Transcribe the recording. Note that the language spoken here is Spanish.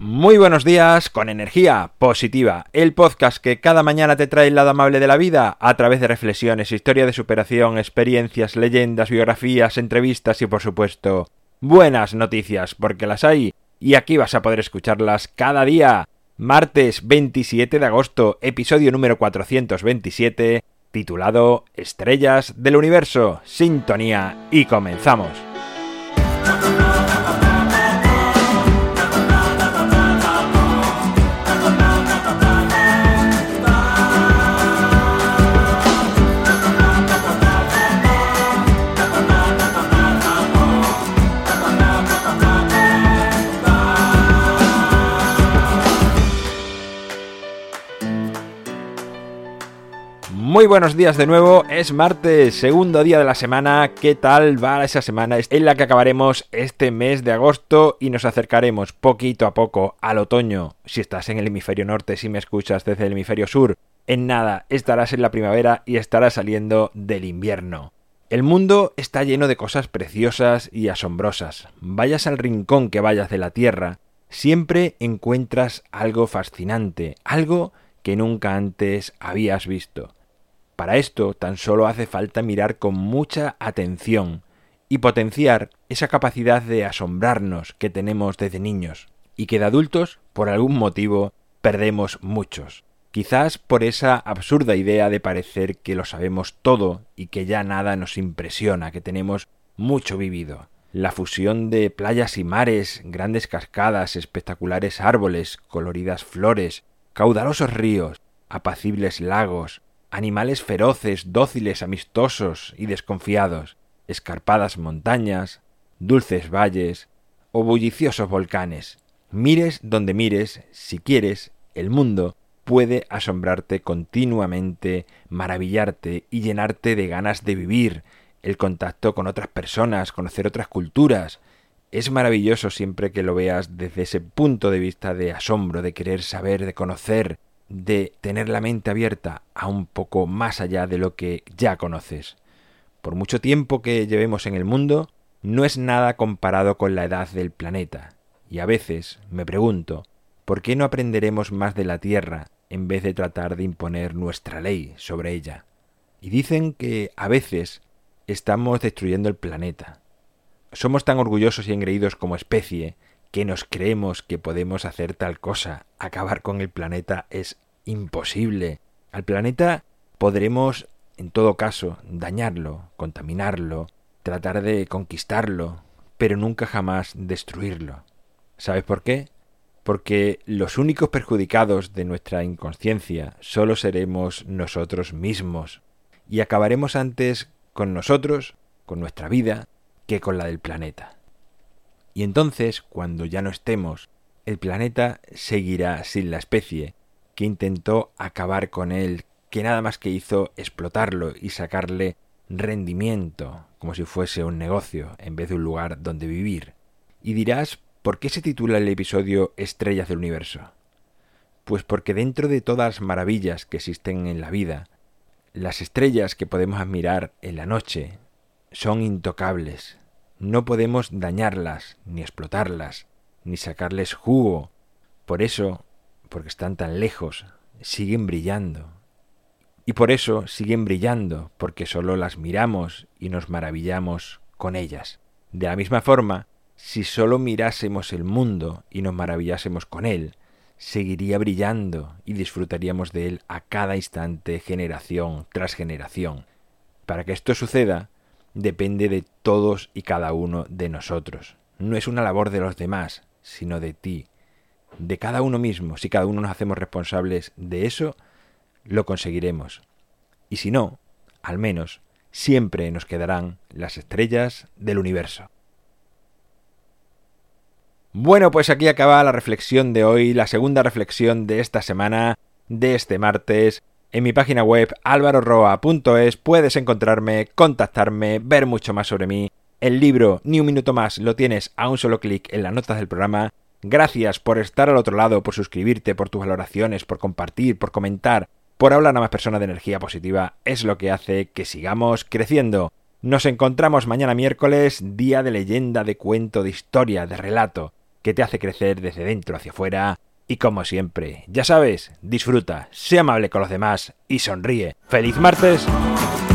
Muy buenos días con energía positiva, el podcast que cada mañana te trae el lado amable de la vida a través de reflexiones, historia de superación, experiencias, leyendas, biografías, entrevistas y por supuesto buenas noticias, porque las hay y aquí vas a poder escucharlas cada día. Martes 27 de agosto, episodio número 427, titulado Estrellas del Universo. Sintonía y comenzamos. Muy buenos días de nuevo, es martes, segundo día de la semana. ¿Qué tal va esa semana en la que acabaremos este mes de agosto y nos acercaremos poquito a poco al otoño? Si estás en el hemisferio norte, si me escuchas desde el hemisferio sur, en nada estarás en la primavera y estarás saliendo del invierno. El mundo está lleno de cosas preciosas y asombrosas. Vayas al rincón que vayas de la Tierra, siempre encuentras algo fascinante, algo que nunca antes habías visto. Para esto tan solo hace falta mirar con mucha atención y potenciar esa capacidad de asombrarnos que tenemos desde niños y que de adultos, por algún motivo, perdemos muchos. Quizás por esa absurda idea de parecer que lo sabemos todo y que ya nada nos impresiona, que tenemos mucho vivido. La fusión de playas y mares, grandes cascadas, espectaculares árboles, coloridas flores, caudalosos ríos, apacibles lagos, animales feroces, dóciles, amistosos y desconfiados, escarpadas montañas, dulces valles o bulliciosos volcanes. Mires donde mires, si quieres, el mundo puede asombrarte continuamente, maravillarte y llenarte de ganas de vivir, el contacto con otras personas, conocer otras culturas. Es maravilloso siempre que lo veas desde ese punto de vista de asombro, de querer saber, de conocer, de tener la mente abierta a un poco más allá de lo que ya conoces. Por mucho tiempo que llevemos en el mundo, no es nada comparado con la edad del planeta. Y a veces me pregunto, ¿por qué no aprenderemos más de la Tierra en vez de tratar de imponer nuestra ley sobre ella? Y dicen que a veces estamos destruyendo el planeta. Somos tan orgullosos y engreídos como especie que nos creemos que podemos hacer tal cosa. Acabar con el planeta es imposible. Al planeta podremos, en todo caso, dañarlo, contaminarlo, tratar de conquistarlo, pero nunca jamás destruirlo. ¿Sabes por qué? Porque los únicos perjudicados de nuestra inconsciencia solo seremos nosotros mismos, y acabaremos antes con nosotros, con nuestra vida, que con la del planeta. Y entonces, cuando ya no estemos, el planeta seguirá sin la especie que intentó acabar con él, que nada más que hizo explotarlo y sacarle rendimiento, como si fuese un negocio en vez de un lugar donde vivir. Y dirás, ¿por qué se titula el episodio Estrellas del Universo? Pues porque dentro de todas las maravillas que existen en la vida, las estrellas que podemos admirar en la noche son intocables. No podemos dañarlas, ni explotarlas, ni sacarles jugo. Por eso, porque están tan lejos, siguen brillando. Y por eso siguen brillando, porque solo las miramos y nos maravillamos con ellas. De la misma forma, si solo mirásemos el mundo y nos maravillásemos con él, seguiría brillando y disfrutaríamos de él a cada instante, generación tras generación. Para que esto suceda, depende de todos y cada uno de nosotros. No es una labor de los demás, sino de ti, de cada uno mismo. Si cada uno nos hacemos responsables de eso, lo conseguiremos. Y si no, al menos, siempre nos quedarán las estrellas del universo. Bueno, pues aquí acaba la reflexión de hoy, la segunda reflexión de esta semana, de este martes. En mi página web alvaroroa.es puedes encontrarme, contactarme, ver mucho más sobre mí. El libro Ni un minuto más lo tienes a un solo clic en las notas del programa. Gracias por estar al otro lado, por suscribirte, por tus valoraciones, por compartir, por comentar, por hablar a más personas de energía positiva. Es lo que hace que sigamos creciendo. Nos encontramos mañana miércoles, día de leyenda, de cuento, de historia, de relato. que te hace crecer desde dentro hacia afuera. Y como siempre, ya sabes, disfruta, sé amable con los demás y sonríe. ¡Feliz martes!